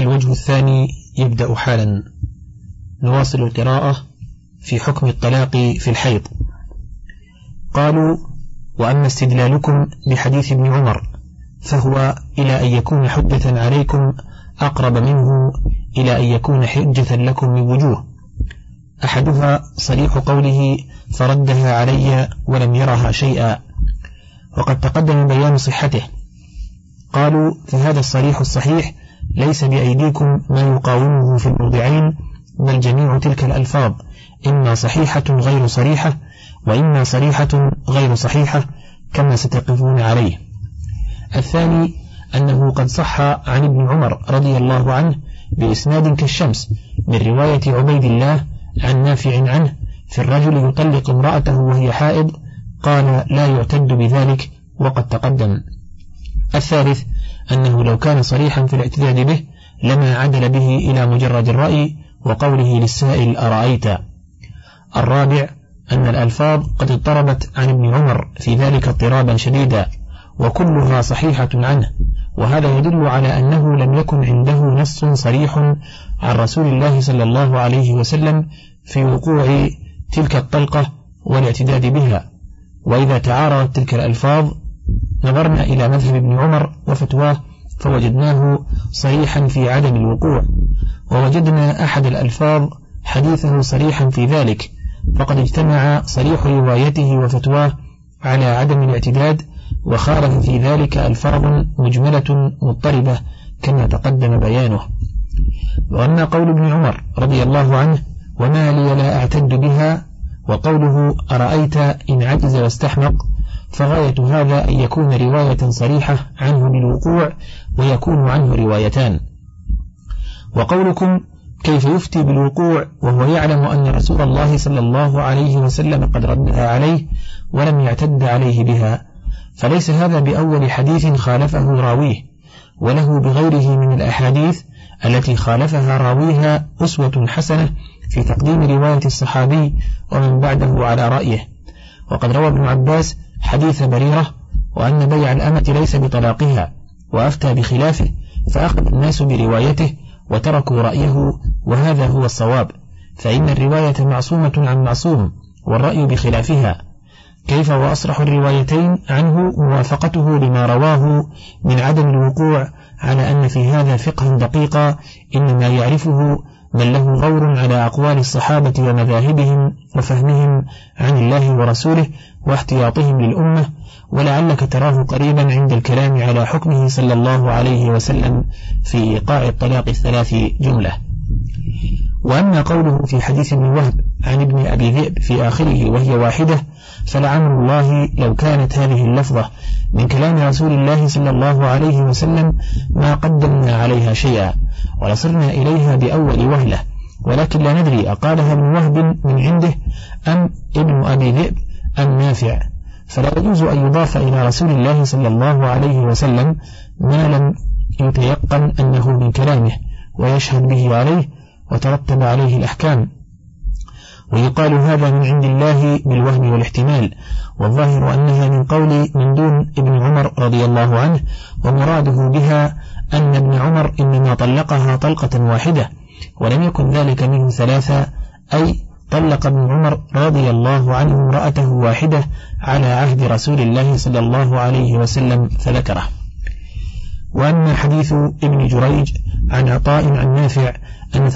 الوجه الثاني يبدأ حالا. نواصل القراءة في حكم الطلاق في الحيض. قالوا: وأما استدلالكم بحديث ابن عمر فهو إلى أن يكون حجة عليكم أقرب منه إلى أن يكون حجة لكم من وجوه. أحدها صريح قوله: فردها علي ولم يرها شيئا، وقد تقدم بيان صحته. قالوا: فهذا الصريح الصحيح ليس بأيديكم ما يقاومه في الموضعين، بل جميع تلك الألفاظ إما صحيحة غير صريحة، وإما صريحة غير صحيحة كما ستقفون عليه. الثاني أنه قد صح عن ابن عمر رضي الله عنه بإسناد كالشمس من رواية عبيد الله عن نافع عنه في الرجل يطلق امرأته وهي حائض، قال: لا يعتد بذلك، وقد تقدم. الثالث أنه لو كان صريحا في الاعتداد به لما عدل به إلى مجرد الرأي وقوله للسائل: أرأيت. الرابع أن الألفاظ قد اضطربت عن ابن عمر في ذلك اضطرابا شديدا، وكلها صحيحة عنه، وهذا يدل على أنه لم يكن عنده نص صريح عن رسول الله صلى الله عليه وسلم في وقوع تلك الطلقة والاعتداد بها. وإذا تعارضت تلك الألفاظ نظرنا إلى مذهب ابن عمر وفتواه فوجدناه صريحا في عدم الوقوع، ووجدنا أحد الألفاظ حديثه صريحا في ذلك، فقد اجتمع صريح روايته وفتواه على عدم الاعتداد، وخالف في ذلك ألفاظ مجملة مضطربة كما تقدم بيانه. وأما قول ابن عمر رضي الله عنه: وما لي لا أعتد بها، وقوله: أرأيت إن عجز واستحمق، فغاية هذا أن يكون رواية صريحة عنه بالوقوع، ويكون عنه روايتان. وقولكم: كيف يفتي بالوقوع وهو يعلم أن رسول الله صلى الله عليه وسلم قد ردها عليه ولم يعتد عليه بها، فليس هذا بأول حديث خالفه راويه، وله بغيره من الأحاديث التي خالفها راويها أسوة حسنة في تقديم رواية الصحابي ومن بعده على رأيه. وقد روى ابن عباس حديث بريرة وأن بيع الأمة ليس بطلاقها، وأفتى بخلافه، فأخذ الناس بروايته وتركوا رأيه، وهذا هو الصواب، فإن الرواية معصومة عن معصوم، والرأي بخلافها. كيف وأصرح الروايتين عنه موافقته لما رواه من عدم الوقوع، على أن في هذا فقه دقيقا إنما يعرفه من له غور على أقوال الصحابة ومذاهبهم وفهمهم عن الله ورسوله واحتياطهم للأمة، ولعلك تراه قريبا عند الكلام على حكمه صلى الله عليه وسلم في إيقاع الطلاق الثلاث جملة. وأما قوله في حديث ابن وهب عن ابن أبي ذئب في آخره وهي واحدة، فلعمر الله لو كانت هذه اللفظة من كلام رسول الله صلى الله عليه وسلم ما قدمنا عليها شيئا، ولصرنا إليها بأول وهلة، ولكن لا ندري أقالها ابن وهب من عنده أم ابن أبي ذئب أم نافع، فلا يجوز أن يضاف إلى رسول الله صلى الله عليه وسلم ما لم يتيقن أنه من كلامه ويشهد به عليه وترتب عليه الأحكام، ويقال هذا من عند الله بالوهم والاحتمال، والظاهر أنها من قول من دون ابن عمر رضي الله عنه، ومراده بها أن ابن عمر إنما طلقها طلقة واحدة ولم يكن ذلك منه ثلاثة، أي طلق ابن عمر رضي الله عنه امرأته واحدة على عهد رسول الله صلى الله عليه وسلم فذكره. وأما حديث ابن جريج عن عطاء عن نافع أن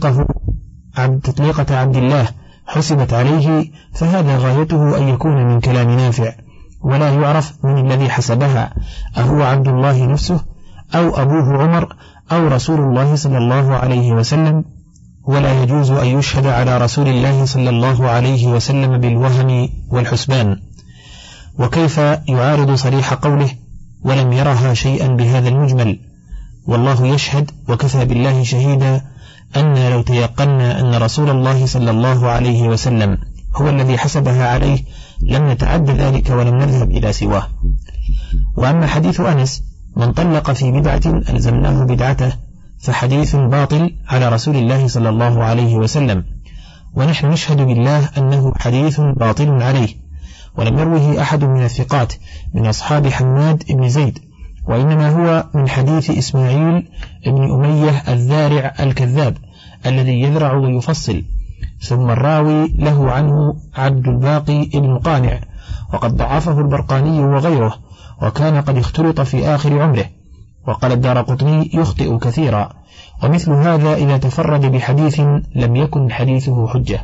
تطليقة عبد الله حسبت عليه، فهذا غايته أن يكون من كلام نافع، ولا يعرف من الذي حسبها، أهو عبد الله نفسه أو أبوه عمر أو رسول الله صلى الله عليه وسلم، ولا يجوز أن يشهد على رسول الله صلى الله عليه وسلم بالوهم والحسبان. وكيف يعارض صريح قوله ولم يرها شيئا بهذا المجمل؟ والله يشهد وكفى بالله شهيدا أن لو تيقنا أن رسول الله صلى الله عليه وسلم هو الذي حسبها عليه لم نتعد ذلك ولم نذهب إلى سواه. وأما حديث أنس من طلق في بدعة ألزمناه بدعته، فحديث باطل على رسول الله صلى الله عليه وسلم، ونحن نشهد بالله أنه حديث باطل عليه، ولم يروه أحد من الثقات من أصحاب حماد بن زيد، وإنما هو من حديث إسماعيل بن أمية الذهبي الزارع الكذاب الذي يذرع ويفصل، ثم الراوي له عنه عبد الباقي ابن قانع، وقد ضعفه البرقاني وغيره، وكان قد اختلط في آخر عمره. وقال الدارقطني يخطئ كثيرا، ومثل هذا إذا تفرد بحديث لم يكن حديثه حجة.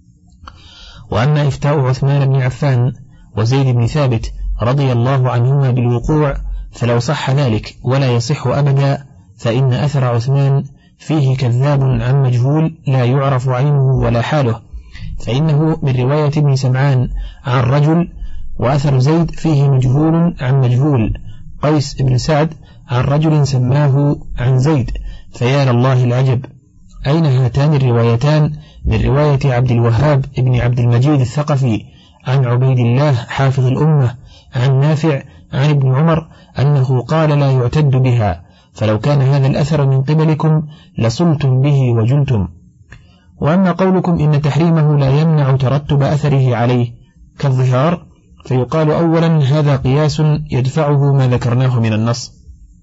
وأما إفتاء عثمان بن عفان وزيد بن ثابت رضي الله عنهما بالوقوع فلو صح ذلك ولا يصح أبدا، فإن أثر عثمان فيه كذاب عن مجهول لا يعرف عينه ولا حاله، فإنه من رواية ابن سمعان عن رجل، وأثر زيد فيه مجهول عن مجهول، قيس بن سعد عن رجل سماه عن زيد، فيا لله العجب، أين هاتان الروايتان من رواية عبد الوهاب ابن عبد المجيد الثقفي عن عبيد الله حافظ الأمة عن نافع عن ابن عمر أنه قال لا يعتد بها، فلو كان هذا الأثر من قبلكم لصلتم به وجلتم. وأما قولكم إن تحريمه لا يمنع ترتب أثره عليه كالظهار، فيقال أولا هذا قياس يدفعه ما ذكرناه من النص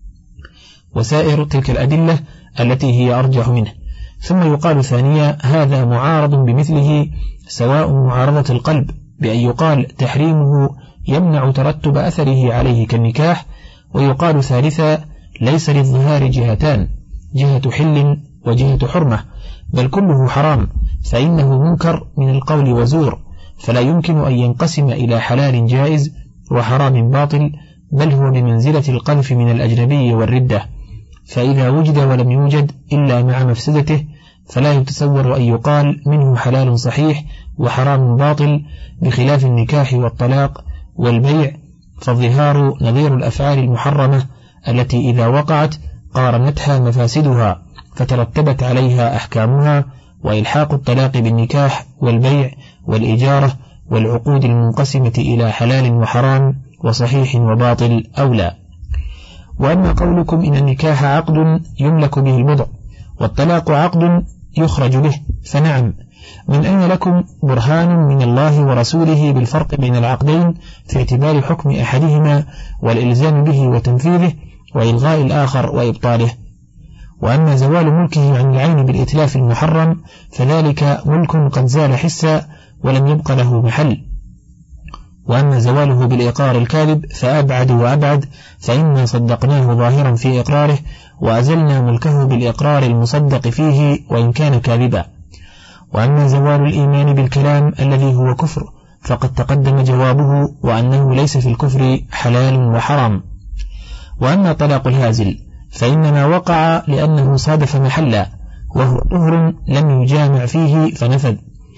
وسائر تلك الأدلة التي هي أرجح منه، ثم يقال ثانيا هذا معارض بمثله، سواء معارضة القلب بأن يقال تحريمه يمنع ترتب أثره عليه كالنكاح، ويقال ثالثا ليس للظهار جهتان، جهة حل وجهة حرمة، بل كله حرام، فإنه منكر من القول وزور، فلا يمكن أن ينقسم إلى حلال جائز وحرام باطل، بل هو بمنزلة القذف من الأجنبي والردة، فإذا وجد ولم يوجد إلا مع مفسدته فلا يتصور أن يقال منه حلال صحيح وحرام باطل، بخلاف النكاح والطلاق والبيع، فالظهار نظير الأفعال المحرمة التي إذا وقعت قارنتها مفاسدها فترتبت عليها أحكامها، وإلحاق الطلاق بالنكاح والبيع والإجارة والعقود المنقسمة إلى حلال وحرام وصحيح وباطل أولى. وأما قولكم إن النكاح عقد يملك به البضع والطلاق عقد يخرج به، فنعم، من أين لكم برهان من الله ورسوله بالفرق بين العقدين في اعتبار حكم أحدهما والإلزام به وتنفيذه وإلغاء الآخر وإبطاله؟ وأما زوال ملكه عن العين بالإتلاف المحرم فذلك ملك قد زال حسا ولم يبق له محل. وأما زواله بالإقرار الكاذب فأبعد وأبعد، فإنا صدقناه ظاهرا في إقراره وأزلنا ملكه بالإقرار المصدق فيه وإن كان كاذبا. وأما زوال الإيمان بالكلام الذي هو كفر فقد تقدم جوابه، وأنه ليس في الكفر حلال وحرام. وأما طلاق الهازل فإنما وقع لأنه صادف محلا وهو طهر لم يجامع فيه فنفذ،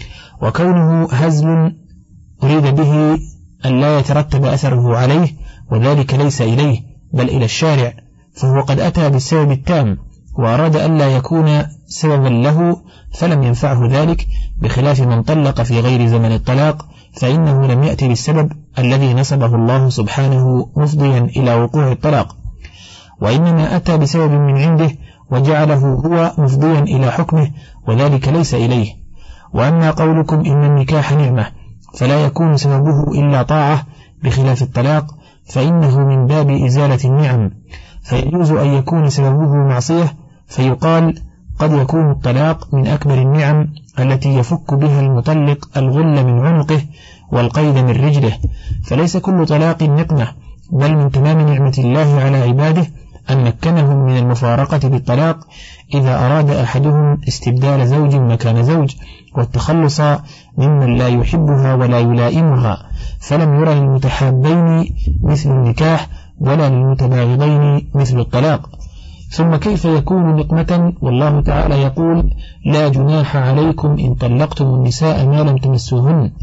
وكونه هزل أريد به أن لا يترتب أثره عليه، وذلك ليس إليه بل إلى الشارع، فهو قد أتى بالسبب التام وأراد أن لا يكون سببا له فلم ينفعه ذلك، بخلاف من طلق في غير زمن الطلاق فإنه لم يأتي بالسبب الذي نصبه الله سبحانه مفضيا إلى وقوع الطلاق، وإنما أتى بسبب من عنده وجعله هو مفضيا إلى حكمه، وذلك ليس إليه. وأما قولكم إن النكاح نعمة فلا يكون سببه إلا طاعة بخلاف الطلاق، فإنه من باب إزالة النعم، فيجوز أن يكون سببه معصية، فيقال قد يكون الطلاق من أكبر النعم التي يفك بها المطلق الغل من عنقه والقيد من رجله، فليس كل طلاق نقمة، بل من تمام نعمة الله على عباده أن مكنهم من المفارقة بالطلاق إذا أراد أحدهم استبدال زوج مكان زوج والتخلص ممن لا يحبها ولا يلائمها، فلم يرى للمتحابين مثل النكاح ولا للمتباغضين مثل الطلاق. ثم كيف يكون نقمة والله تعالى يقول لا جناح عليكم إن طلقتم النساء ما لم تمسوهن،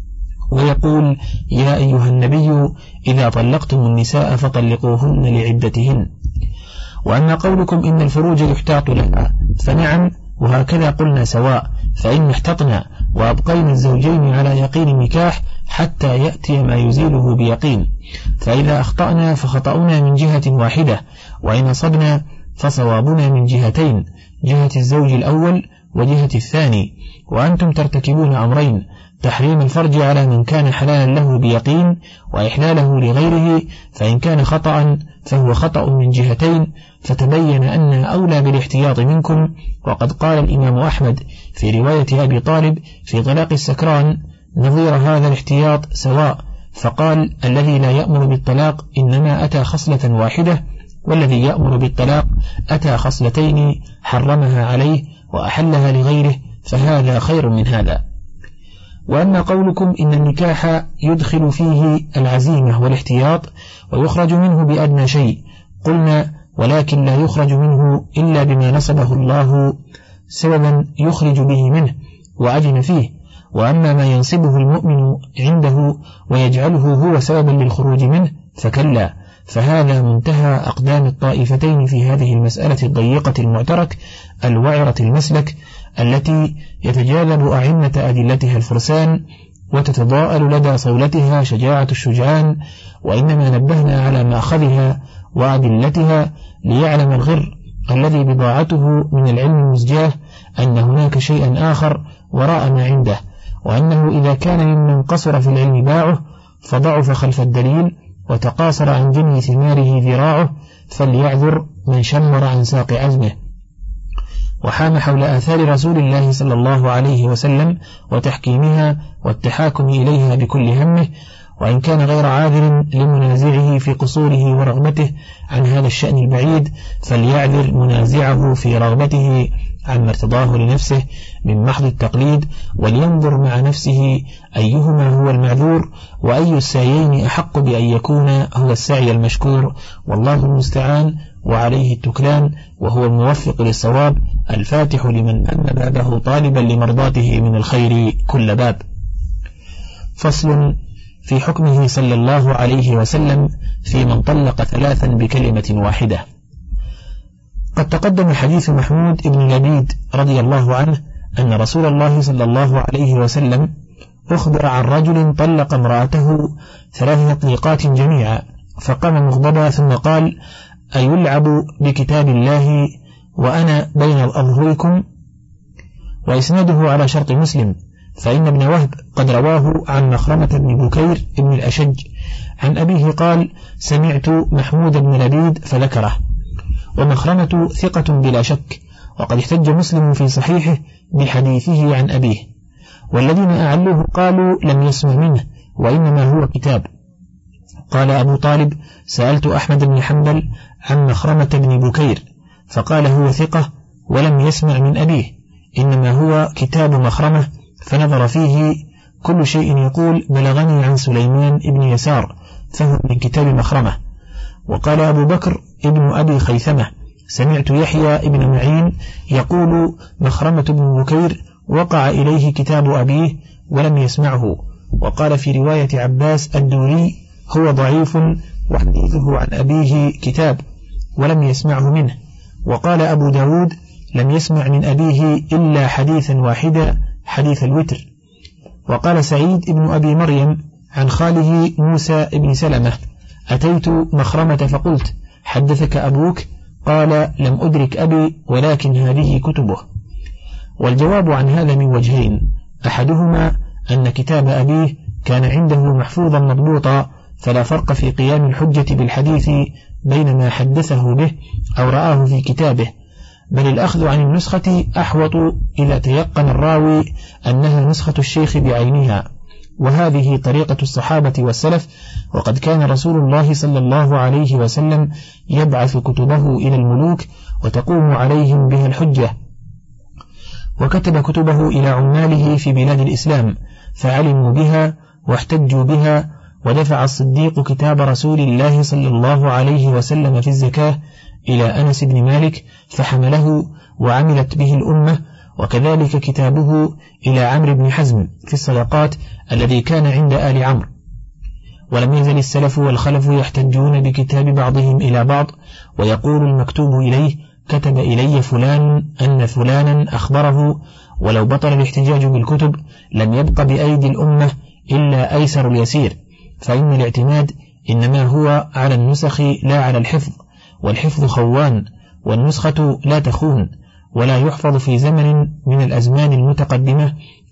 ويقول يا أيها النبي إذا طلقتم النساء فطلقوهن لعدتهن. وأما قولكم إن الفروج يحتاط لها فنعم، وهكذا قلنا سواء، فإن احتطنا وأبقينا الزوجين على يقين النكاح حتى يأتي ما يزيله بيقين، فإذا أخطأنا فخطأنا من جهة واحدة، وإن أصبنا فصوابنا من جهتين، جهة الزوج الأول وجهة الثاني، وأنتم ترتكبون أمرين، تحريم الفرج على من كان حلالا له بيقين وإحلاله لغيره، فإن كان خطأ فهو خطأ من جهتين، فتبين أن أولى بالاحتياط منكم. وقد قال الإمام أحمد في رواية أبي طالب في طلاق السكران نظير هذا الاحتياط سواء، فقال: الذي لا يأمر بالطلاق إنما أتى خصلة واحدة، والذي يأمر بالطلاق أتى خصلتين حرمها عليه وأحلها لغيره، فهذا خير من هذا. وأما قولكم إن النكاح يدخل فيه العزيمة والاحتياط ويخرج منه بأدنى شيء، قلنا: ولكن لا يخرج منه إلا بما نصبه الله سببا يخرج به منه وأجن فيه. وأما ما ينصبه المؤمن عنده ويجعله هو سببا للخروج منه فكلا، فهذا منتهى أقدام الطائفتين في هذه المسألة الضيقة المعترك الوعرة المسلك، التي يتجاذب أعنة أدلتها الفرسان وتتضاءل لدى صولتها شجاعة الشجعان. وإنما نبهنا على مأخذها وأدلتها ليعلم الغر الذي بضاعته من العلم المزجاه أن هناك شيئا آخر وراء ما عنده، وأنه إذا كان ممن قصر في العلم باعه فضعف خلف الدليل وتقاصر عن جني ثماره ذراعه، فليعذر من شمر عن ساق عزمه. وحام حول آثار رسول الله صلى الله عليه وسلم وتحكيمها والتحاكم إليها بكل همه، وإن كان غير عاذر لمنازعه في قصوره ورغبته عن هذا الشأن البعيد، فليعذر منازعه في رغبته عما ارتضاه لنفسه من محض التقليد، ولينظر مع نفسه أيهما هو المعذور وأي السعيين أحق بأن يكون هو السعي المشكور، والله المستعان وعليه التكلان، وهو الموفق للصواب الفاتح لمن أن بابه طالبا لمرضاته من الخير كل باب. فصل في حكمه صلى الله عليه وسلم في من طلق ثلاثا بكلمة واحدة. قد تقدم حديث محمود بن لبيد رضي الله عنه أن رسول الله صلى الله عليه وسلم أخبر عن رجل طلق امرأته 3 تطليقات جميعا، فقام مغضبا ثم قال: أيلعب بكتاب الله وأنا بين أظهركم؟ وإسناده على شرط مسلم، فإن ابن وهب قد رواه عن مخرمة بن بكير بن الأشج عن أبيه قال: سمعت محمود بن لبيد فذكره. ومخرمة ثقة بلا شك، وقد احتج مسلم في صحيحه بحديثه عن أبيه، والذين أعلوه قالوا لم يسمع منه وإنما هو كتاب. قال أبو طالب: سألت أحمد بن حنبل عن مخرمة بن بكير فقال هو ثقة ولم يسمع من أبيه، إنما هو كتاب مخرمة، فنظر فيه كل شيء يقول بلغني عن سليمان بن يسار فهو من كتاب مخرمة. وقال أبو بكر ابن أبي خيثمة: سمعت يحيى ابن معين يقول مخرمة بن بكير وقع إليه كتاب أبيه ولم يسمعه. وقال في رواية عباس الدوري: هو ضعيف وحديثه عن أبيه كتاب ولم يسمعه منه. وقال أبو داود: لم يسمع من أبيه إلا حديثا واحدا، حديث الوتر. وقال سعيد ابن أبي مريم عن خاله موسى بن سلمة: أتيت مخرمة فقلت: حدثك أبوك؟ قال: لم أدرك أبي ولكن هذه كتبه. والجواب عن هذا من وجهين: أحدهما أن كتاب أبيه كان عنده محفوظا مضبوطا، فلا فرق في قيام الحجة بالحديث بين ما حدثه به أو رآه في كتابه، بل الأخذ عن النسخة أحوط إذا تيقن الراوي أنها نسخة الشيخ بعينها. وهذه طريقة الصحابة والسلف، وقد كان رسول الله صلى الله عليه وسلم يبعث كتبه إلى الملوك وتقوم عليهم بها الحجة، وكتب كتبه إلى عماله في بلاد الإسلام فعلموا بها واحتجوا بها. ودفع الصديق كتاب رسول الله صلى الله عليه وسلم في الزكاة إلى أنس بن مالك فحمله وعملت به الأمة، وكذلك كتابه إلى عمرو بن حزم في الصدقات الذي كان عند آل عمرو. ولم يزل السلف والخلف يحتجون بكتاب بعضهم إلى بعض، ويقول المكتوب إليه: كتب إلي فلان أن فلانا أخبره. ولو بطل الاحتجاج بالكتب لم يبق بأيدي الأمة إلا أيسر اليسير، فإن الاعتماد إنما هو على النسخ لا على الحفظ، والحفظ خوان، والنسخة لا تخون، ولا يحفظ في زمن من الأزمان المتقدمة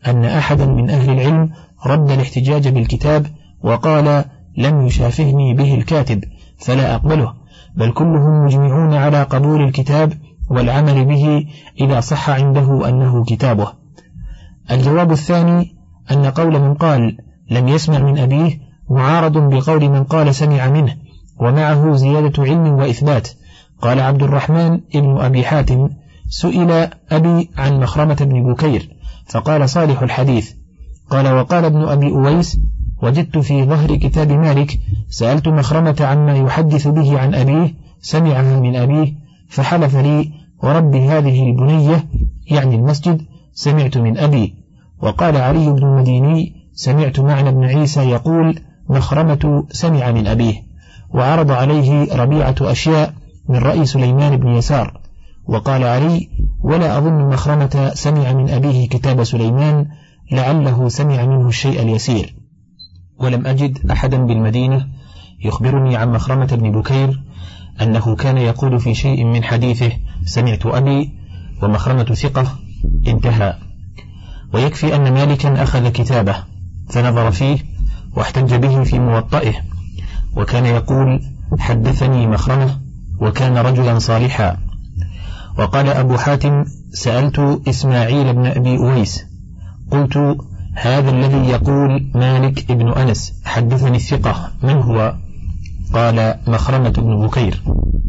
أن أحدا من أهل العلم رد الاحتجاج بالكتاب وقال لم يشافهني به الكاتب فلا أقبله، بل كلهم مجمعون على قبول الكتاب والعمل به إذا صح عنده أنه كتابه. الجواب الثاني أن قول من قال لم يسمع من أبيه معارض بقول من قال سمع منه، ومعه زيادة علم وإثبات. قال عبد الرحمن ابن أبي حاتم سئل أبي عن مخرمة بن بكير فقال صالح الحديث. قال وقال ابن أبي أويس وجدت في ظهر كتاب مالك سألت مخرمة عما يحدث به عن أبيه سمعها من أبيه فحلف لي ورب هذه البنية يعني المسجد سمعت من أبي. وقال علي بن المديني سمعت معنى بن عيسى يقول مخرمة سمع من أبيه. وعرض عليه ربيعة أشياء من رأي سليمان بن يسار. وقال علي ولا أظن مخرمة سمع من أبيه كتاب سليمان لعله سمع منه الشيء اليسير. ولم أجد أحدا بالمدينة يخبرني عن مخرمة بن بكير أنه كان يقول في شيء من حديثه سمعت أبي ومخرمة ثقة انتهى. ويكفي أن مالكا أخذ كتابه فنظر فيه واحتج به في موطئه، وكان يقول حدثني مخرمة وكان رجلا صالحا. وقال أبو حاتم سألت إسماعيل بن أبي أويس قلت هذا الذي يقول مالك ابن أنس حدثني الثقة من هو؟ قال مخرمة بن بكير.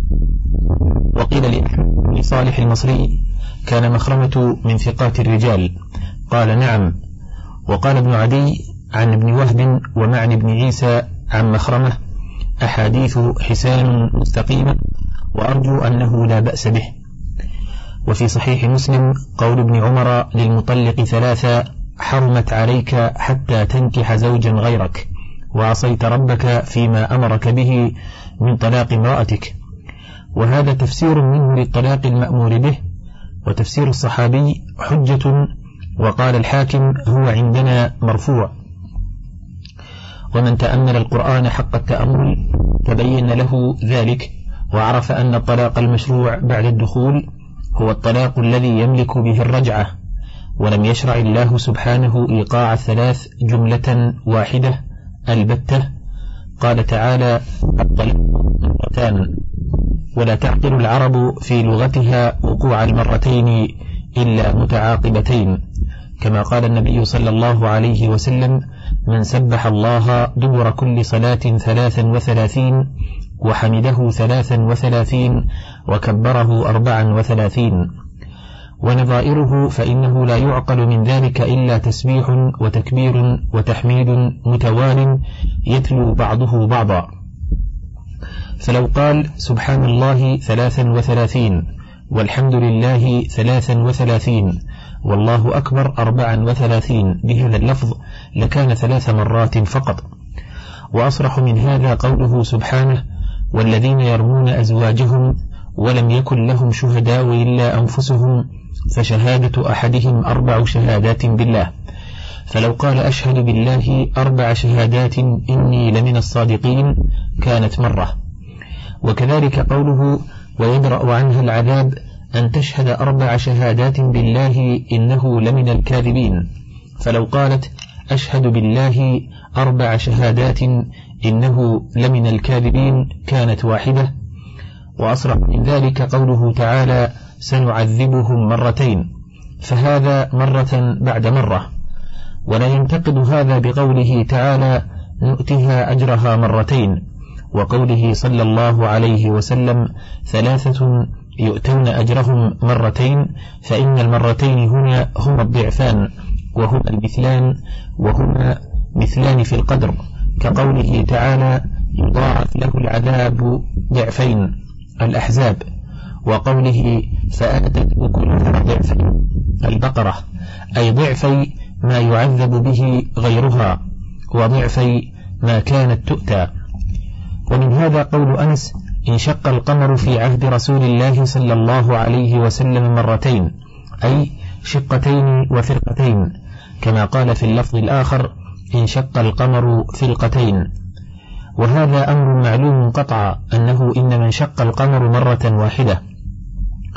وقيل لصالح المصري كان مخرمة من ثقات الرجال؟ قال نعم. وقال ابن عدي عن ابن وهب ومعن بن عيسى عن مخرمة أحاديث حسان مستقيمة وأرجو أنه لا بأس به. وفي صحيح مسلم قول ابن عمر للمطلق ثلاثة حرمت عليك حتى تنكح زوجا غيرك وعصيت ربك فيما أمرك به من طلاق امرأتك. وهذا تفسير منه للطلاق المأمور به، وتفسير الصحابي حجة. وقال الحاكم هو عندنا مرفوع. ومن تأمل القرآن حق التأمل تبين له ذلك وعرف أن الطلاق المشروع بعد الدخول هو الطلاق الذي يملك به الرجعة، ولم يشرع الله سبحانه إيقاع الثلاث جملة واحدة البتة. قال تعالى الطلاق مرتان، ولا تعقل العرب في لغتها وقوع المرتين إلا متعاقبتين، كما قال النبي صلى الله عليه وسلم من سبح الله دبر كل صلاة 33 وحمده 33 وكبره 34. ونظائره فإنه لا يعقل من ذلك إلا تسبيح وتكبير وتحميد متوال يتلو بعضه بعضا. فلو قال سبحان الله 33 والحمد لله 33 والله أكبر 34 بهذا اللفظ لكان 3 مرات فقط. وأصرح من هذا قوله سبحانه والذين يرمون أزواجهم ولم يكن لهم شهداء إلا أنفسهم فشهادة أحدهم 4 شهادات بالله. فلو قال أشهد بالله 4 شهادات إني لمن الصادقين كانت مرة. وكذلك قوله ويدرأ عنها العذاب أن تشهد 4 شهادات بالله إنه لمن الكاذبين. فلو قالت أشهد بالله 4 شهادات إنه لمن الكاذبين كانت واحدة. وأصرح من ذلك قوله تعالى سنعذبهم 2 مرات، فهذا مرة بعد مرة. ولا ينتقد هذا بقوله تعالى نؤتها أجرها 2 مرات، وقوله صلى الله عليه وسلم 3 يؤتون أجرهم 2 مرات، فإن 2 مرات هنا هما الضعفان وهما المثلان وهما مثلان في القدر، كقوله تعالى يضاعف له العذاب 2 الأحزاب، وقوله فآتت أكلها 2 البقرة، أي ضعفي ما يعذب به غيرها وضعفي ما كانت تؤتى. ومن هذا قول أنس انشق القمر في عهد رسول الله صلى الله عليه وسلم 2 مرات، أي 2 وفرقتين، كما قال في اللفظ الآخر انشق القمر 2. وهذا أمر معلوم قطعا أنه إنما انشق القمر 1 مرة.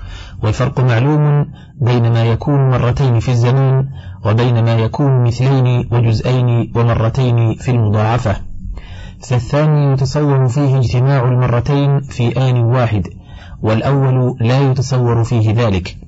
والفرق معلوم بين ما يكون مرتين في الزمان وبين ما يكون مثلين وجزئين ومرتين في المضاعفة. فالثاني يتصور فيه اجتماع المرتين في آن واحد، والأول لا يتصور فيه ذلك.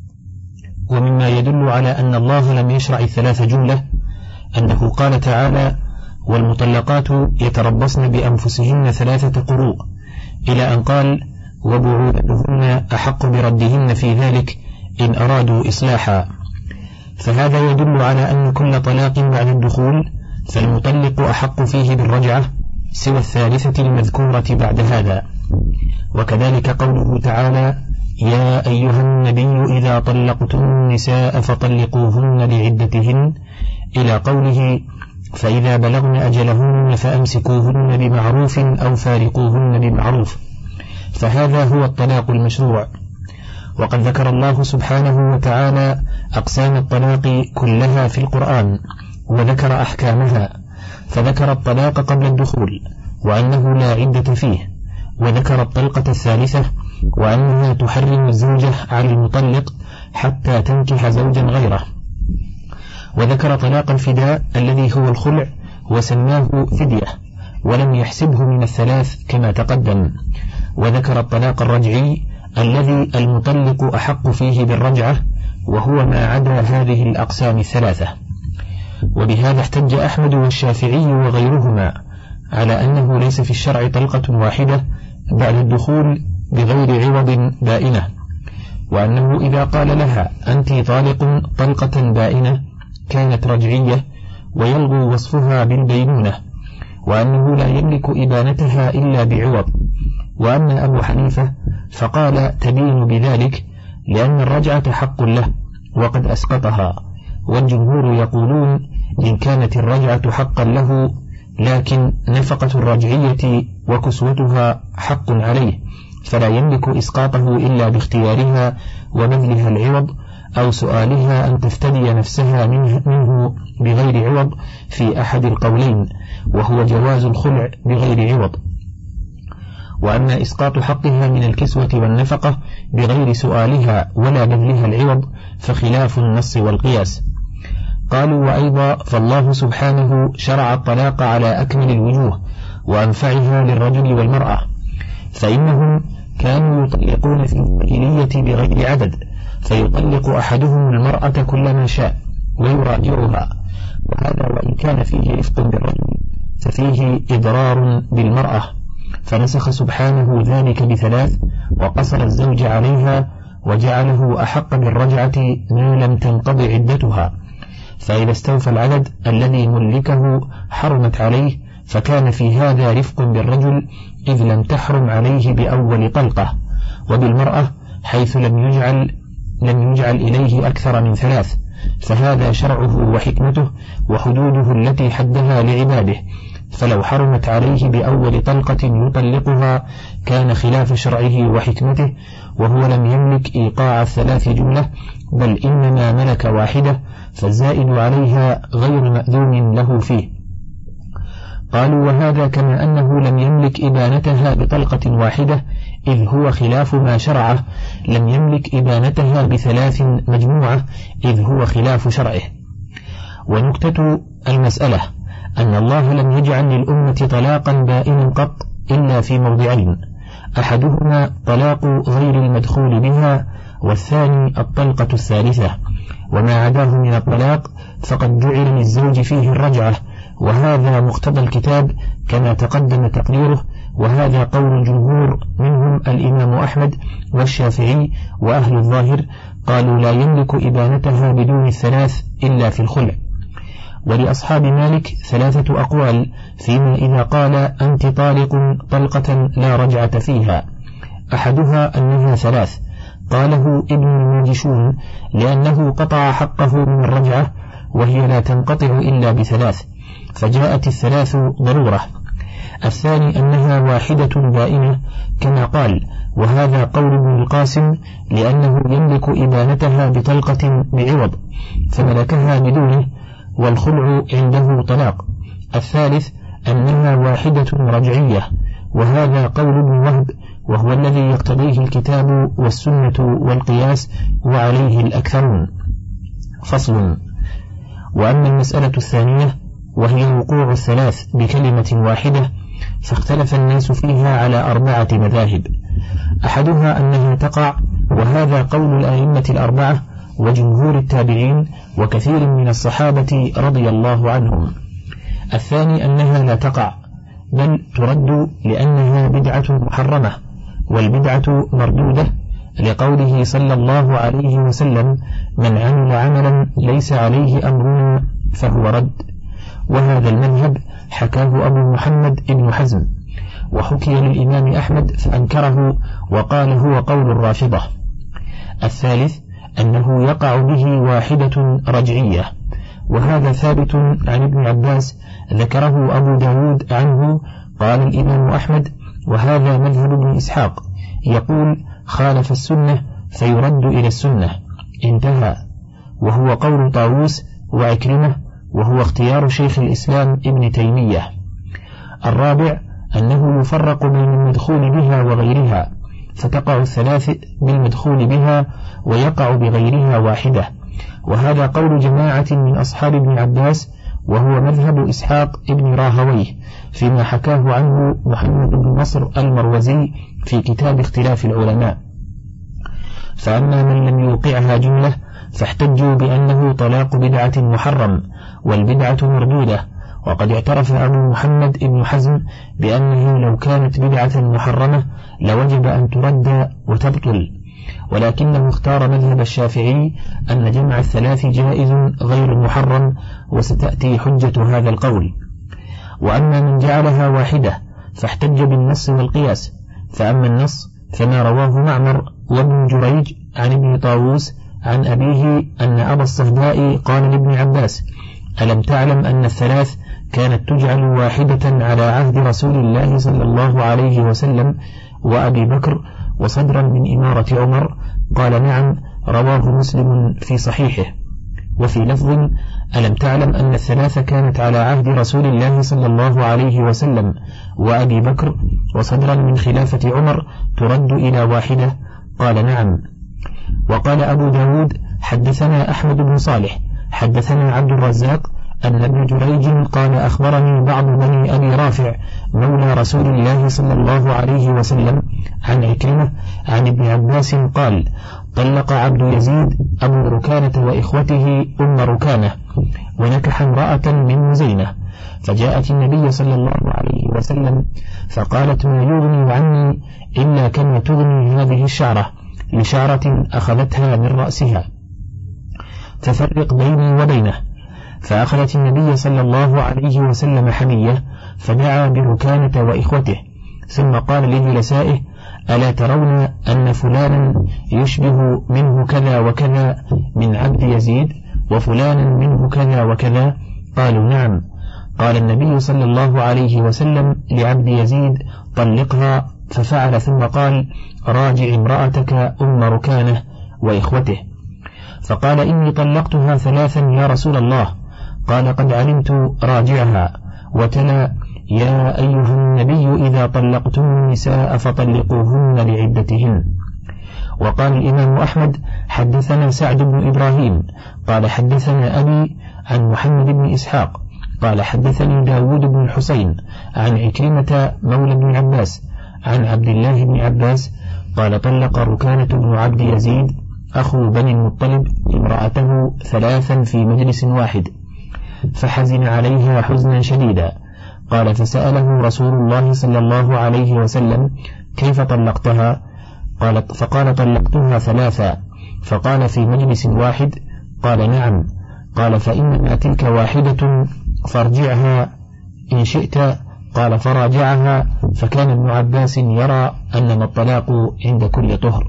ومما يدل على أن الله لم يشرع الثلاث جملة أنه قال تعالى: والمطلقات يتربصن بأنفسهن 3 قروء، إلى أن قال: وبعولتهن أحق بردهن في ذلك إن أرادوا إصلاحا. فهذا يدل على أن كل طلاق بعد الدخول فالمطلق أحق فيه بالرجعة سوى الثالثة المذكورة بعد هذا. وكذلك قوله تعالى: يا أيها النبي إذا طلقتم النساء فطلقوهن لعدتهن، إلى قوله: فإذا بلغن أجلهن فأمسكوهن بمعروف أو فارقوهن بمعروف. فهذا هو الطلاق المشروع. وقد ذكر الله سبحانه وتعالى أقسام الطلاق كلها في القرآن، وذكر أحكامها، فذكر الطلاق قبل الدخول وأنه لا عدة فيه، وذكر الطلقة الثالثة وأنها تحرم الزوجة على المطلق حتى تنكح زوجا غيره، وذكر طلاق الفداء الذي هو الخلع وسماه فدية ولم يحسبه من الثلاث كما تقدم، وذكر الطلاق الرجعي الذي المطلق أحق فيه بالرجعة، وهو ما عدا هذه الأقسام الثلاثة. وبهذا احتج أحمد والشافعي وغيرهما على أنه ليس في الشرع طلقة واحدة بعد الدخول بغير عوض بائنة، وأنه إذا قال لها أنت طالق طلقة بائنة كانت رجعية ويلغو وصفها بالبينونة، وأنه لا يملك إبانتها إلا بعوض. وأما أبو حنيفة فقال تبين بذلك لأن الرجعة حق له وقد أسقطها، والجمهور يقولون إن كانت الرجعة حقا له لكن نفقة الرجعية وكسوتها حق عليه، فلا يملك إسقاطه إلا باختيارها وبذلها العوض أو سؤالها أن تفتدي نفسها منه بغير عوض في أحد القولين، وهو جواز الخلع بغير عوض. وأما إسقاط حقها من الكسوة والنفقة بغير سؤالها ولا بذلها العوض فخلاف النص والقياس. قالوا: وأيضا فالله سبحانه شرع الطلاق على أكمل الوجوه وأنفعها للرجل والمرأة، فإنهم كانوا يطلقون في الجاهلية بغير عدد، فيطلق أحدهم المرأة كلما شاء ويراجعها، وهذا وإن كان فيه رفق بالرجل ففيه إضرار بالمرأة، فنسخ سبحانه ذلك ب3 وقصر الزوج عليها وجعله أحق بالرجعة ما لم تنقض عدتها، فإذا استوفى العدد الذي ملكه حرمت عليه، فكان في هذا رفق بالرجل إذ لم تحرم عليه بأول طلقة، وبالمرأة حيث لم يجعل إليه أكثر من 3، فهذا شرعه وحكمته وحدوده التي حدها لعباده، فلو حرمت عليه بأول طلقة يطلقها كان خلاف شرعه وحكمته، وهو لم يملك إيقاع 3 جملة، بل إنما ملك واحدة، فالزائد عليها غير مأذون له فيه. قالوا: وهذا كما أنه لم يملك إبانتها بطلقة واحدة إذ هو خلاف ما شرعه، لم يملك إبانتها ب3 مجموعة إذ هو خلاف شرعه. ونكتة المسألة أن الله لم يجعل للأمة طلاقا بائنا قط إلا في موضعين: أحدهما طلاق غير المدخول بها، والثاني الطلقة الثالثة، وما عداه من الطلاق فقد جعل للزوج فيه الرجعة، وهذا مقتضى الكتاب كما تقدم تقريره، وهذا قول الجمهور منهم الإمام أحمد والشافعي وأهل الظاهر، قالوا لا يملك إبانتها بدون 3 إلا في الخلع. ولأصحاب مالك 3 أقوال فيما إذا قال أنت طالق طلقة لا رجعة فيها: أحدها أنها 3، قاله ابن الماجشون لأنه قطع حقه من الرجعة وهي لا تنقطع إلا ب3، فجاءت 3 ضرورة. الثاني أنها واحدة بائنة كما قال، وهذا قول ابن القاسم لأنه يملك إبانتها بطلقة بعوض فملكها بدونه، والخلع عنده طلاق. الثالث أنها واحدة رجعية، وهذا قول ابن وهب وهو الذي يقتضيه الكتاب والسنة والقياس وعليه الأكثرون. فصل. وأما المسألة الثانية وهي وقوع الثلاث بكلمة واحدة فاختلف الناس فيها على 4 مذاهب. أحدها أنها تقع، وهذا قول الأئمة الأربعة وجمهور التابعين وكثير من الصحابة رضي الله عنهم. الثاني أنها لا تقع بل ترد لأنها بدعة محرمة، والبدعة مردودة لقوله صلى الله عليه وسلم: من عمل عملا ليس عليه أمرنا فهو رد. وهذا المذهب حكاه أبو محمد ابن حزم، وحكي للإمام أحمد فأنكره وقال هو قول الرافضة. الثالث أنه يقع به واحدة رجعية، وهذا ثابت عن ابن عباس ذكره أبو داود عنه. قال الإمام أحمد: وهذا مذهب ابن إسحاق، يقول: خالف السنة فيرد إلى السنة. انتهى. وهو قول طاووس وعكرمة، وهو اختيار شيخ الإسلام ابن تيمية. الرابع أنه يفرق بين المدخول بها وغيرها، فتقع الثلاث بالمدخول بها ويقع بغيرها واحدة، وهذا قول جماعة من أصحاب ابن عباس، وهو مذهب إسحاق ابن راهويه فيما حكاه عنه محمد بن نصر المروزي في كتاب اختلاف العلماء. فأما من لم يوقعها جملة فاحتجوا بأنه طلاق بدعة محرم، والبدعة مردودة. وقد اعترف أبو محمد ابن حزم بأنه لو كانت بدعة محرمة لوجب أن ترد وتبطل، ولكنه اختار مذهب الشافعي أن جمع الثلاث جائز غير محرم، وستأتي حجة هذا القول. وأما من جعلها واحدة فاحتج بالنص والقياس. فأما النص فما رواه معمر وابن جريج عن ابن طاووس عن أبيه أن أبا الصهباء قال لابن عباس: ألم تعلم أن الثلاث كانت تجعل واحدة على عهد رسول الله صلى الله عليه وسلم وأبي بكر وصدرا من إمارة عمر؟ قال: نعم. رواه مسلم في صحيحه. وفي لفظ: ألم تعلم أن الثلاث كانت على عهد رسول الله صلى الله عليه وسلم وأبي بكر وصدرا من خلافة عمر ترد إلى واحدة؟ قال: نعم. وقال أبو داود: حدثنا أحمد بن صالح حدثنا عبد الرزاق أن ابن جريج قال: أخبرني بعض بني أبي رافع مولى رسول الله صلى الله عليه وسلم عن عكرمة عن ابن عباس قال: طلق عبد يزيد أبو ركانة وإخوته أم ركانة، ونكح امرأة من مزينة، فجاءت النبي صلى الله عليه وسلم فقالت: ما يغني عني إلا كما تغني هذه الشعرة لشعرة أخذتها من رأسها، ففرق بيني وبينه. فأخذت النبي صلى الله عليه وسلم حمية، فدعا بركانة وإخوته، ثم قال لجلسائه: ألا ترون أن فلانا يشبه منه كذا وكذا من عبد يزيد، وفلانا منه كذا وكذا؟ قالوا: نعم. قال النبي صلى الله عليه وسلم لعبد يزيد: طلقها. ففعل، ثم قال: راجع امرأتك أم ركانة وإخوته. فقال: إني طلقتها 3 يا رسول الله. قال: قد علمت، راجعها. وتلا: يا أيها النبي إذا طلقتم النساء فطلقوهن لعدتهن. وقال الإمام أحمد: حدثنا سعد بن إبراهيم قال: حدثنا أبي عن محمد بن إسحاق قال: حدثني داود بن الحسين عن عكرمة مولى بن عباس عن عبد الله بن عباس قال: طلق ركانة بن عبد يزيد أخو بني المطلب امرأته 3 في مجلس واحد، فحزن عليها حزنا شديدا. قال: فسأله رسول الله صلى الله عليه وسلم: كيف طلقتها؟ فقال: طلقتها 3. فقال: في مجلس واحد؟ قال: نعم. قال: فإنما تلك واحدة فارجعها إن شئت. قال: فراجعها. فكان ابن عباس يرى أنما الطلاق عند كل طهر.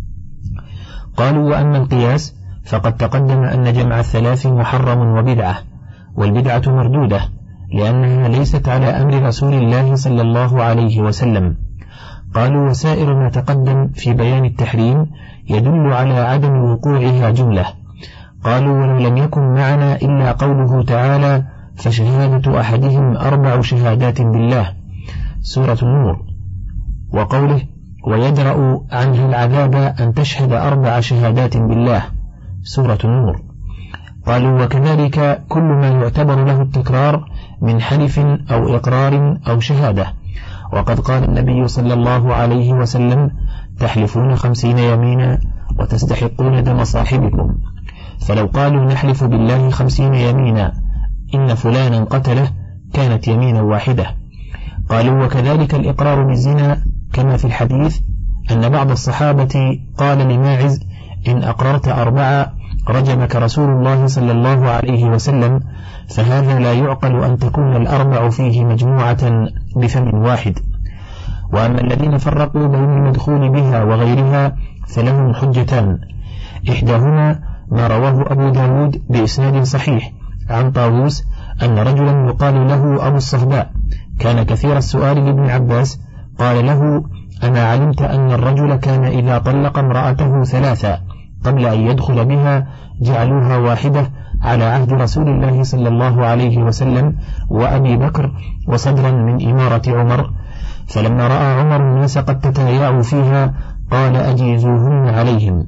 قالوا: وأما القياس فقد تقدم أن جمع الثلاث محرم وبدعة، والبدعة مردودة لأنها ليست على أمر رسول الله صلى الله عليه وسلم. قالوا: وسائر ما تقدم في بيان التحريم يدل على عدم وقوعها جملة. قالوا: ولو لم يكن معنا إلا قوله تعالى: فشهادة أحدهم 4 شهادات بالله، سورة النور، وقوله: ويدرأ عنها العذاب أن تشهد 4 شهادات بالله. سورة النور. قالوا وكذلك كل ما يعتبر له التكرار من حلف أو إقرار أو شهادة. وقد قال النبي صلى الله عليه وسلم تحلفون 50 يمينا وتستحقون دم صاحبكم. فلو قالوا نحلف بالله 50 يمينا إن فلانا قتله كانت يمينا واحدة. قالوا وكذلك الإقرار بالزنا كما في الحديث أن بعض الصحابة قال لماعز إن أقررت 4 رجمك رسول الله صلى الله عليه وسلم، فهذا لا يعقل أن تكون 4 فيه مجموعة بفم واحد. وأما الذين فرقوا بين المدخول بها وغيرها فلهم حجتان، إحداهما ما رواه أبو داود بإسناد صحيح عن طاووس أن رجلا يقال له أبو الصهباء كان كثير السؤال لابن عباس، قال له أما علمت أن الرجل كان إذا طلق امرأته 3 قبل أن يدخل بها جعلوها واحدة على عهد رسول الله صلى الله عليه وسلم وأبي بكر وصدرا من إمارة عمر، فلما رأى عمر الناس قد تتايعوا فيها قال أجيزوهن عليهم.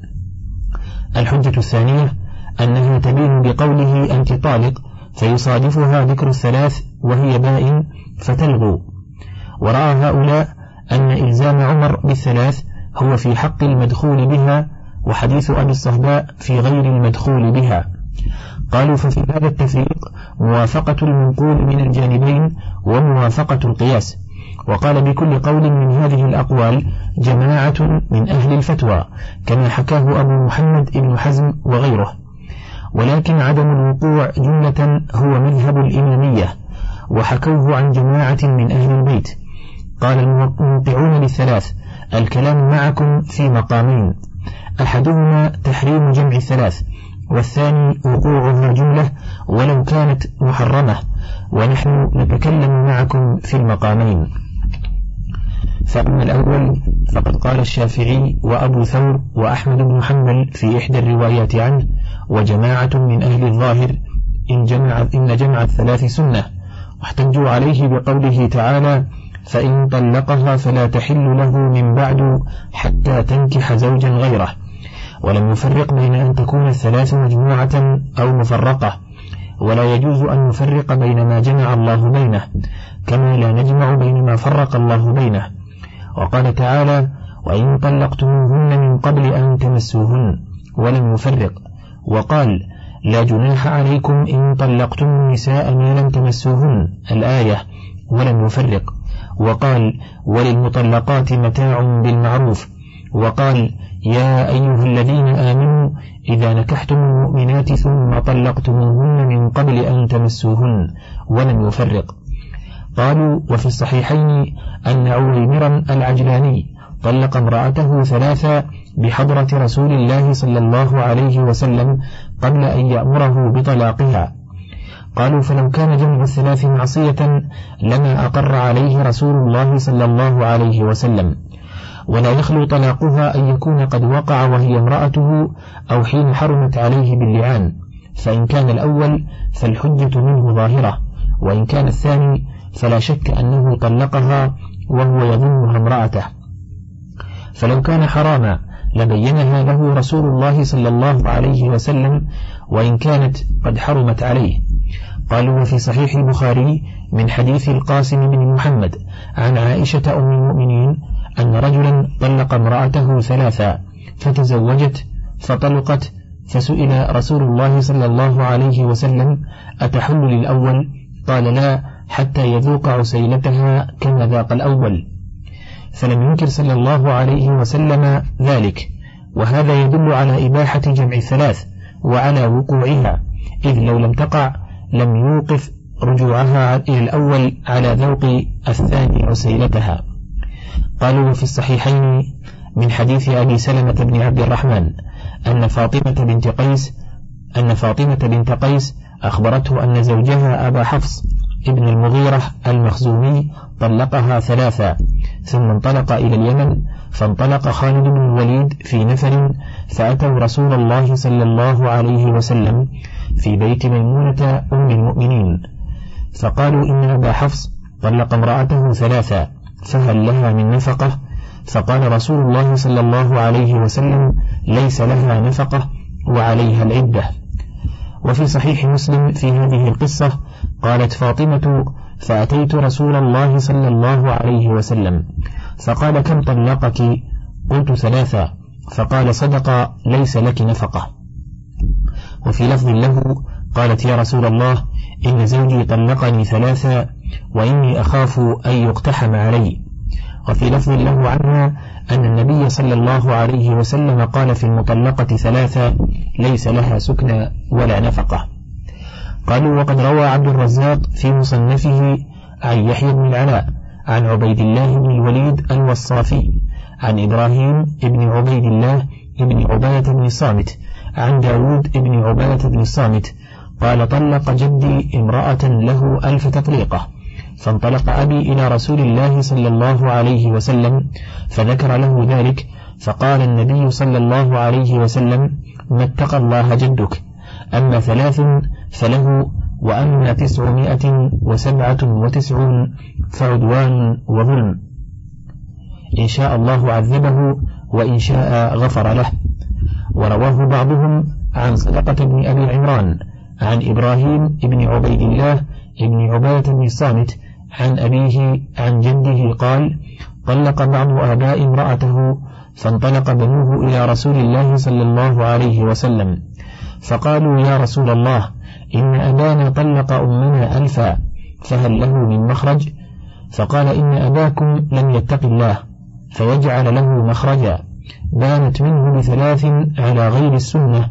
الحجة الثانية أنها تبين بقوله أنت طالق فيصادفها ذكر 3 وهي بائن فتلغو. ورأى هؤلاء أن إلزام عمر بال3 هو في حق المدخول بها وحديث أبي الصهباء في غير المدخول بها. قالوا ففي هذا التفريق موافقة المنقول من الجانبين وموافقة القياس. وقال بكل قول من هذه الأقوال جماعة من أهل الفتوى كما حكاه أبو محمد بن حزم وغيره، ولكن عدم الوقوع جملة هو مذهب الإمامية وحكوه عن جماعة من أهل البيت. قال الموقعون لل3 الكلام معكم في مقامين، أحدهما تحريم جمع 3 والثاني وقوعها جملة ولو كانت محرمة، ونحن نتكلم معكم في المقامين. فأما الأول فقد قال الشافعي وأبو ثور وأحمد بن حنبل في إحدى الروايات عنه وجماعة من أهل الظاهر إن جمع 3 سنة، واحتجوا عليه بقوله تعالى فإن طلقها فلا تحل له من بعد حتى تنكح زوجا غيره، ولم يفرق بين أن تكون 3 مجموعة أو مفرقة، ولا يجوز أن نفرق بين ما جمع الله بينه كما لا نجمع بين ما فرق الله بينه. وقال تعالى وإن طلقتموهن من قبل أن تمسوهن ولم يفرق، وقال لا جناح عليكم إن طلقتم النساء ما لم تمسوهن الآية ولم يفرق، وقال وللمطلقات متاع بالمعروف، وقال يا أيها الذين آمنوا إذا نكحتم المؤمنات ثم طلقتموهن من قبل أن تمسوهن ولم يفرق. قالوا وفي الصحيحين أن عويمرا العجلاني طلق امرأته 3 بحضرة رسول الله صلى الله عليه وسلم قبل أن يأمره بطلاقها. قالوا فلو كان جمع 3 معصية لما أقر عليه رسول الله صلى الله عليه وسلم، ولا يخلو طلاقها أن يكون قد وقع وهي امرأته أو حين حرمت عليه باللعان، فإن كان الأول فالحجة منه ظاهرة، وإن كان الثاني فلا شك أنه طلقها وهو يظنها امرأته. فلو كان حراما لبينها له رسول الله صلى الله عليه وسلم وإن كانت قد حرمت عليه. قالوا وفي صحيح البخاري من حديث القاسم بن محمد عن عائشة أم المؤمنين أن رجلا طلق امرأته 3 فتزوجت فطلقت، فسئل رسول الله صلى الله عليه وسلم أتحل للأول؟ قال لا حتى يذوق عسيلتها كما ذاق الأول، فلم ينكر صلى الله عليه وسلم ذلك، وهذا يدل على إباحة جمع 3 وعلى وقوعها، إذ لو لم تقع لم يوقف رجوعها إلى الأول على ذوق الثاني عسيلتها. قالوا في الصحيحين من حديث أبي سلمة بن عبد الرحمن أن فاطمة بنت قيس أخبرته أن زوجها أبا حفص ابن المغيرة المخزومي طلقها 3 ثم انطلق إلى اليمن، فانطلق خالد بن الوليد في نفر فأتوا رسول الله صلى الله عليه وسلم في بيت ميمونة أم المؤمنين، فقالوا إن أبا حفص طلق امرأته 3 فهل لها من نفقة؟ فقال رسول الله صلى الله عليه وسلم: ليس لها نفقة وعليها العدة. وفي صحيح مسلم في هذه القصة قالت فاطمة: فأتيت رسول الله صلى الله عليه وسلم فقال: كم طلقك؟ قلت: 3. فقال: صدق، ليس لك نفقة. وفي لفظ له قالت: يا رسول الله، إن زوجي طلقني 3 وإني أخاف أن يقتحم علي. وفي لفظ له عنها أن النبي صلى الله عليه وسلم قال في المطلقة 3: ليس لها سكنى ولا نفقة. قالوا: وقد روى عبد الرزاق في مصنفه عن يحيى بن العلاء عن عبيد الله بن الوليد الوصافي عن إبراهيم بن عبيد الله بن عبادة بن الصامت عن داود بن عبادة بن الصامت قال: طلق جدي امرأة له 1000 تطليقة، فانطلق أبي إلى رسول الله صلى الله عليه وسلم فذكر له ذلك، فقال النبي صلى الله عليه وسلم: ما اتقى الله جدك، أما 3 فله، وأما 997 فعدوان وظلم، إن شاء الله عذبه وإن شاء غفر له. ورواه بعضهم عن صدقة بن أبي عمران عن إبراهيم بن عبيد الله بن عبادة بن الصامت عن أبيه عن جده قال: طلق بعض آباء امرأته، فانطلق بنوه إلى رسول الله صلى الله عليه وسلم فقالوا: يا رسول الله، إن أبانا طلق أمنا 1000، فهل له من مخرج؟ فقال: إن أباكم لم يتق الله فيجعل له مخرجا، بانت منه ب3 على غير السنة،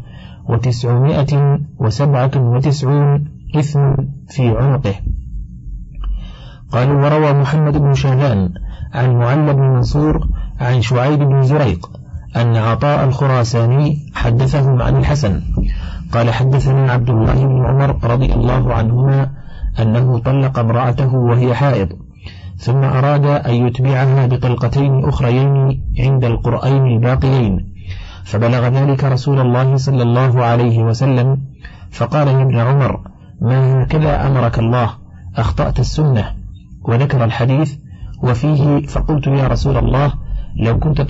و997 إثم في عنقه. قالوا: وروى محمد بن شاذان عن معل بن منصور عن شعيب بن زريق أن عطاء الخراساني حدثهم عن الحسن قال: حدثنا عبد الله بن عمر رضي الله عنهما أنه طلق امرأته وهي حائض، ثم أراد أن يتبعها بطلقتين أخريين عند القرآن الباقيين، فبلغ ذلك رسول الله صلى الله عليه وسلم فقال: يا ابن عمر، ما هكذا أمرك الله، أخطأت السنة. وذكر الحديث وفيه: فقلت: يا رسول الله، لو كنت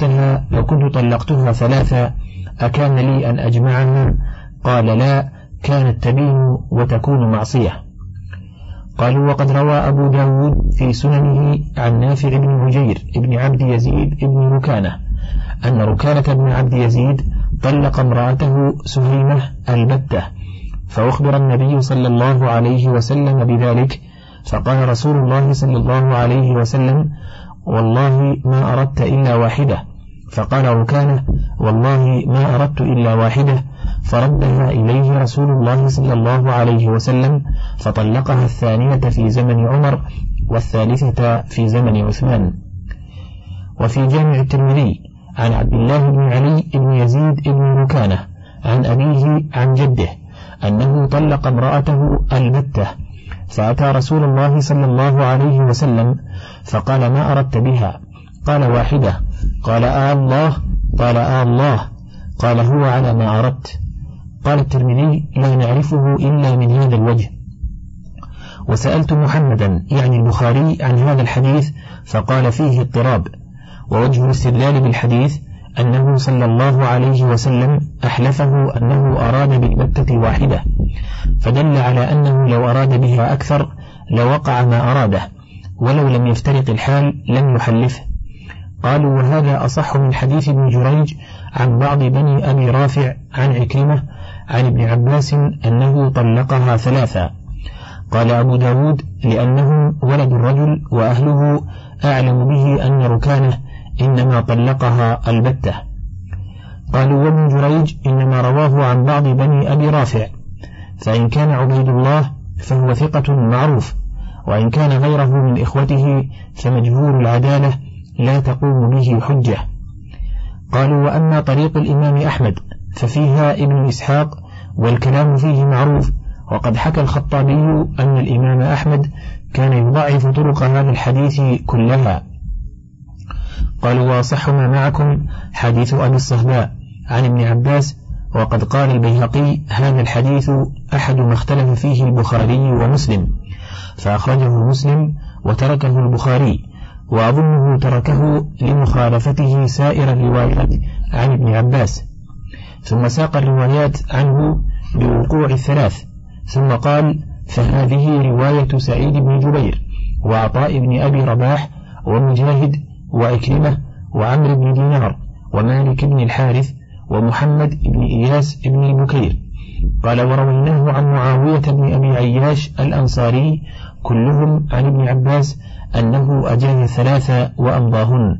طلقتها 3 أكان لي أن أجمعها؟ قال: لا، كانت تبين وتكون معصية. قالوا: وقد روى أبو داود في سننه عن نافع بن عجير بن عبد يزيد بن ركانة أن ركانة بن عبد يزيد طلق امرأته سهيمة البتة، فأخبر النبي صلى الله عليه وسلم بذلك، فقال رسول الله صلى الله عليه وسلم: والله ما أردت إلا واحدة. فقال ركانة: والله ما أردت إلا واحدة. فردها إليه رسول الله صلى الله عليه وسلم، فطلقها 2 في زمن عمر، والثالثة في زمن عثمان. وفي جامع الترمذي عن عبد الله بن علي بن يزيد بن ركانة عن أبيه عن جده أنه طلق امرأته البتة، فأتى رسول الله صلى الله عليه وسلم فقال: ما أردت بها؟ قال: واحدة. قال: الله؟ قال: الله. قال: هو على ما أردت. قال الترمذي: لا نعرفه إلا من هذا الوجه. وسألت محمدا يعني البخاري عن هذا الحديث فقال: فيه اضطراب. ووجه الاستدلال بالحديث أنه صلى الله عليه وسلم أحلفه أنه أراد بالبتة واحدة، فدل على أنه لو أراد بها أكثر لوقع ما أراده، ولو لم يفترق الحال لم يحلفه. قالوا: وهذا أصح من حديث ابن جريج عن بعض بني أبي رافع عن عكرمة عن ابن عباس أنه طلقها 3. قال أبو داود: لأنهم ولد الرجل وأهله أعلم به أن ركانه إنما طلقها البتة. قالوا: وابن جريج إنما رواه عن بعض بني أبي رافع، فإن كان عبيد الله فهو ثقة معروف، وإن كان غيره من إخوته فمجهول العدالة لا تقوم به حجة. قالوا: وأما طريق الإمام أحمد ففيها ابن إسحاق، والكلام فيه معروف، وقد حكى الخطابي أن الإمام أحمد كان يضعف طرق هذا الحديث كلها. قالوا: وأصح ما معكم حديث أبي الصهباء عن ابن عباس، وقد قال البيهقي: هذا الحديث أحد ما اختلف فيه البخاري ومسلم، فأخرجه مسلم وتركه البخاري، وأظنه تركه لمخالفته سائر الروايات عن ابن عباس، ثم ساق الروايات عنه بوقوع الثلاث، ثم قال: فهذه رواية سعيد بن جبير وعطاء بن أبي رباح ومجاهد وعكرمة وعمرو بن دينار ومالك بن الحارث ومحمد بن إياس بن البكير. قال: ورويناه عن معاوية بن أبي عياش الأنصاري كلهم عن ابن عباس أنه أجاز ثلاثة وأمضاهن.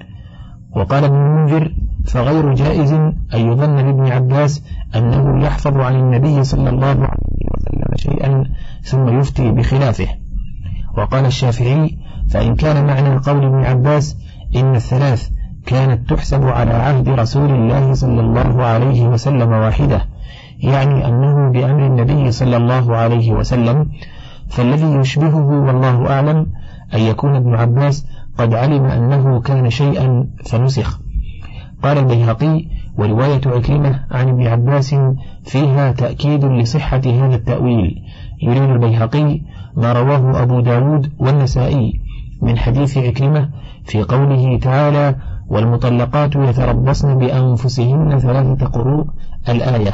وقال ابن المنذر: فغير جائز أن يظن بابن عباس أنه يحفظ عن النبي صلى الله عليه وسلم شيئا ثم يفتي بخلافه. وقال الشافعي: فإن كان معنى قول ابن عباس إن الثلاث كانت تحسب على عهد رسول الله صلى الله عليه وسلم واحدة، يعني أنه بأمر النبي صلى الله عليه وسلم، فالذي يشبهه والله أعلم أن يكون ابن عباس قد علم أنه كان شيئا فنسخ. قال البيهقي: ورواية عكرمة عن ابن عباس فيها تأكيد لصحة هذا التأويل. يريد البيهقي ما رواه أبو داود والنسائي من حديث عكرمة في قوله تعالى: والمطلقات يتربصن بأنفسهن 3 قروء الآية،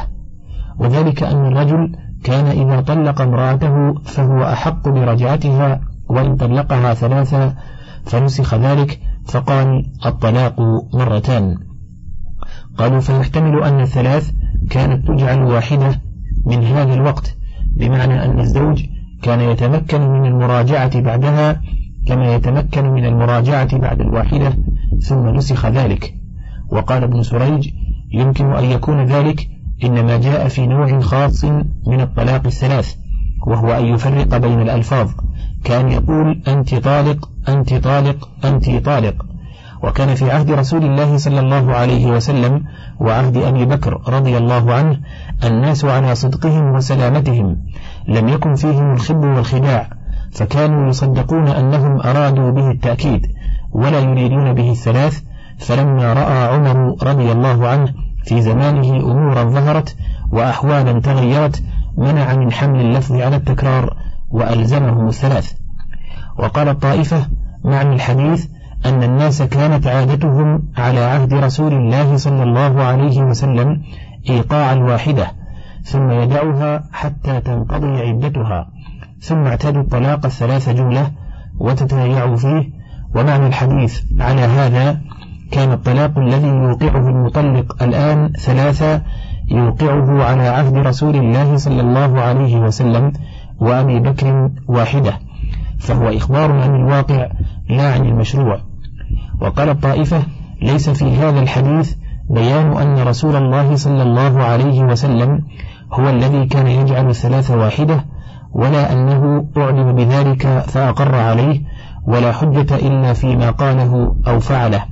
وذلك أن الرجل كان إذا طلق امرأته فهو أحق برجعتها وإن طلقها 3، فنسخ ذلك فقال: الطلاق 2. قالوا: فيحتمل أن 3 كانت تجعل واحدة من هذا الوقت، بمعنى أن الزوج كان يتمكن من المراجعة بعدها كما يتمكن من المراجعة بعد الواحدة، ثم نسخ ذلك. وقال ابن سريج: يمكن أن يكون ذلك إنما جاء في نوع خاص من الطلاق 3، وهو أن يفرق بين الألفاظ، كان يقول: أنت طالق أنت طالق أنت طالق. وكان في عهد رسول الله صلى الله عليه وسلم وعهد أبي بكر رضي الله عنه الناس على صدقهم وسلامتهم، لم يكن فيهم الخب والخداع، فكانوا يصدقون أنهم أرادوا به التأكيد ولا يريدون به 3. فلما رأى عمر رضي الله عنه في زمانه أمورا ظهرت وأحوالا تغيرت، منع من حمل اللفظ على التكرار وألزمه 3. وقال الطائفة: معنى الحديث أن الناس كانت عادتهم على عهد رسول الله صلى الله عليه وسلم إيقاع الواحدة ثم يدعها حتى تنقضي عدتها، ثم اعتادوا الطلاق 3 جملة وتتايعوا فيه. ومعنى الحديث على هذا كان الطلاق الذي يوقعه المطلق الآن 3 يوقعه على عهد رسول الله صلى الله عليه وسلم وأبي بكر 1، فهو إخبار عن الواقع لا عن المشروع. وقال الطائفة: ليس في هذا الحديث بيان أن رسول الله صلى الله عليه وسلم هو الذي كان يجعل 3 واحدة، ولا أنه أعلم بذلك فأقر عليه، ولا حجة إلا فيما قاله أو فعله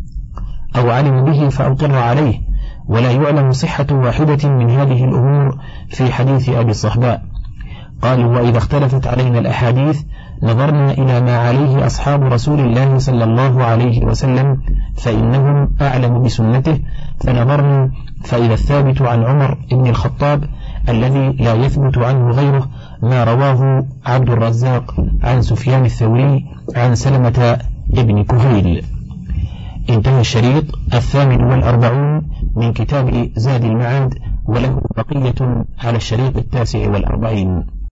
أو علم به فأقر عليه، ولا يعلم صحة واحدة من هذه الأمور في حديث أبي الصهباء. قالوا: وإذا اختلفت علينا الأحاديث نظرنا إلى ما عليه أصحاب رسول الله صلى الله عليه وسلم فإنهم أعلم بسنته، فنظرنا فإذا الثابت عن عمر بن الخطاب الذي لا يثبت عنه غيره ما رواه عبد الرزاق عن سفيان الثوري عن سلمة ابن كهيل. انتهى الشريط 48 من كتاب زاد المعاد، وله بقية على الشريط 49.